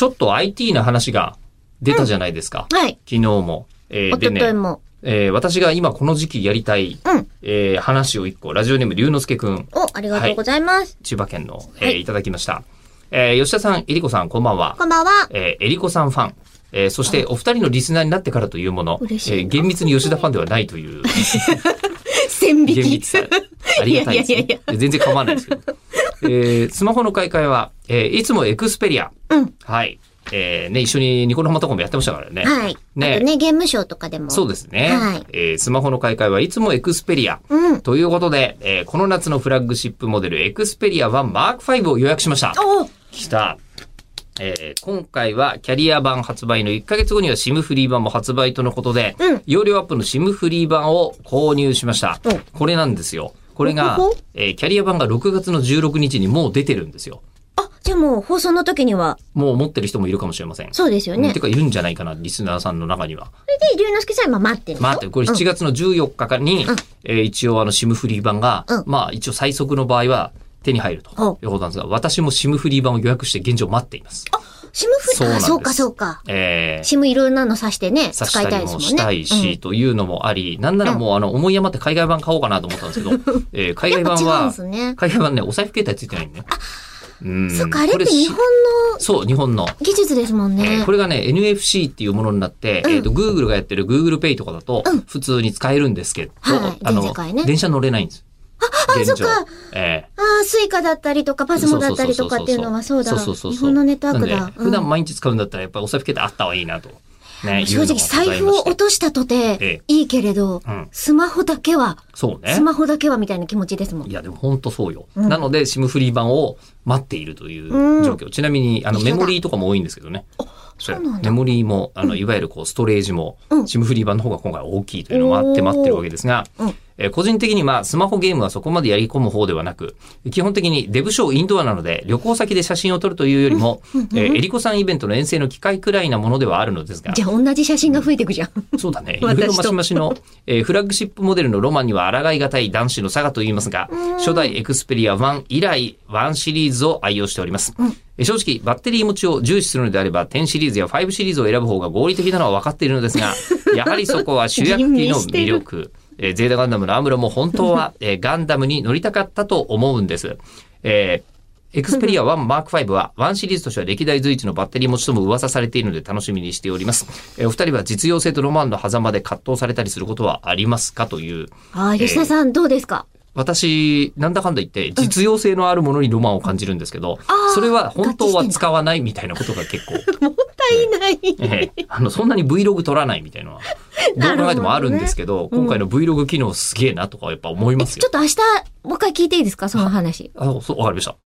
ちょっと IT な話が出たじゃないですか。 はい。 昨日も。 一昨日も。 私が今この時期やりたい、話を一個、ラジオネーム龍之介くん。 ありがとうございます。 千葉県の、いただきました。吉田さん、えりこさん、こんばんは。 こんばんは。 えりこさんファン。そしてお二人のリスナーになってからというもの、厳密に吉田ファンではないという。 線引き。 厳密さ。ありがたいですね。全然構わないですけど。スマホの買い替えは、いつもエクスペリア。はい。一緒にニコ生とかもやってましたからね。 はい。ね。あとね、ゲームショーとかでも。 そうですね。 はい。 スマホの買い替えはいつもエクスペリア。ということで、この夏のフラッグシップモデルエクスペリア1マーク5を予約しました。来た。今回はキャリア版発売の1ヶ月後には SIM フリー版も発売とのことで、容量アップの SIM フリー版を購入しました。これなんですよ。これが、キャリア版が6月の16日にもう出てるんですよ。 じゃあもう放送の時には。 もう持ってる人もいるかもしれません。 そうですよね。 てかいるんじゃないかな、リスナーさんの中には。 それで、龍之介さん今待ってる。 待ってる。これ7月の14日に、一応SIM フリー版が、一応最速の場合は手に入るということなんですが、私も SIM フリー版を予約して現状待っています。 SIM フリー版そうかそうか。SIM いろんなの挿してね、使いたいですもんね。 したいし、というのもあり、なんならもう思い余って海外版買おうかなと思ったんですけど、海外版は、海外版ね、お財布携帯ついてないんでね。 そっか、あれって日本の。 そう、日本の。 技術ですもんね。 これがね、NFC っていうものになって、Google がやってる Google Pay とかだと、普通に使えるんですけど、電車乗れないんです。 そっか。スイカだったりとか、パスモだったりとかっていうのはそうだ。日本のネットワークだ。 普段毎日使うんだったら、やっぱりお財布携帯あった方がいいなと。 正直財布を落としたとていいけれど、スマホだけは、スマホだけはみたいな気持ちですもん。 いやでも本当そうよ。なので SIM フリー版を待っているという状況。ちなみにメモリーとかも多いんですけどね。メモリーもいわゆるストレージも SIM フリー版の方が今回大きいというのもあって待ってるわけですが、個人的にスマホゲームはそこまでやり込む方ではなく、基本的にデブショーインドアなので旅行先で写真を撮るというよりも、えりこさんイベントの遠征の機会くらいなものではあるのですが。 じゃあ同じ写真が増えていくじゃん。 そうだね。いろいろマシマシの、フラッグシップモデルのロマンには抗いがたい男子の差がと言いますが、初代エクスペリア1以来1シリーズを愛用しております。正直バッテリー持ちを重視するのであれば10シリーズや5シリーズを選ぶ方が合理的なのは分かっているのですが、やはりそこは主役機の魅力。ゼータガンダムのアムロも本当は、ガンダムに乗りたかったと思うんです。エクスペリア1マーク5は1シリーズとしては歴代随一のバッテリー持ちとも噂されているので楽しみにしております。お二人は実用性とロマンの狭間で葛藤されたりすることはありますかという。 吉田さんどうですか？ 私、なんだかんだ言って、実用性のあるものにロマンを感じるんですけど、それは本当は使わないみたいなことが結構。 もったいない。 そんなに Vlog 撮らないみたいなのは、どう考えてもあるんですけど、今回の Vlog 機能すげえなとかやっぱ思いますよ。 ちょっと明日、もう一回聞いていいですかその話。 そう、わかりました。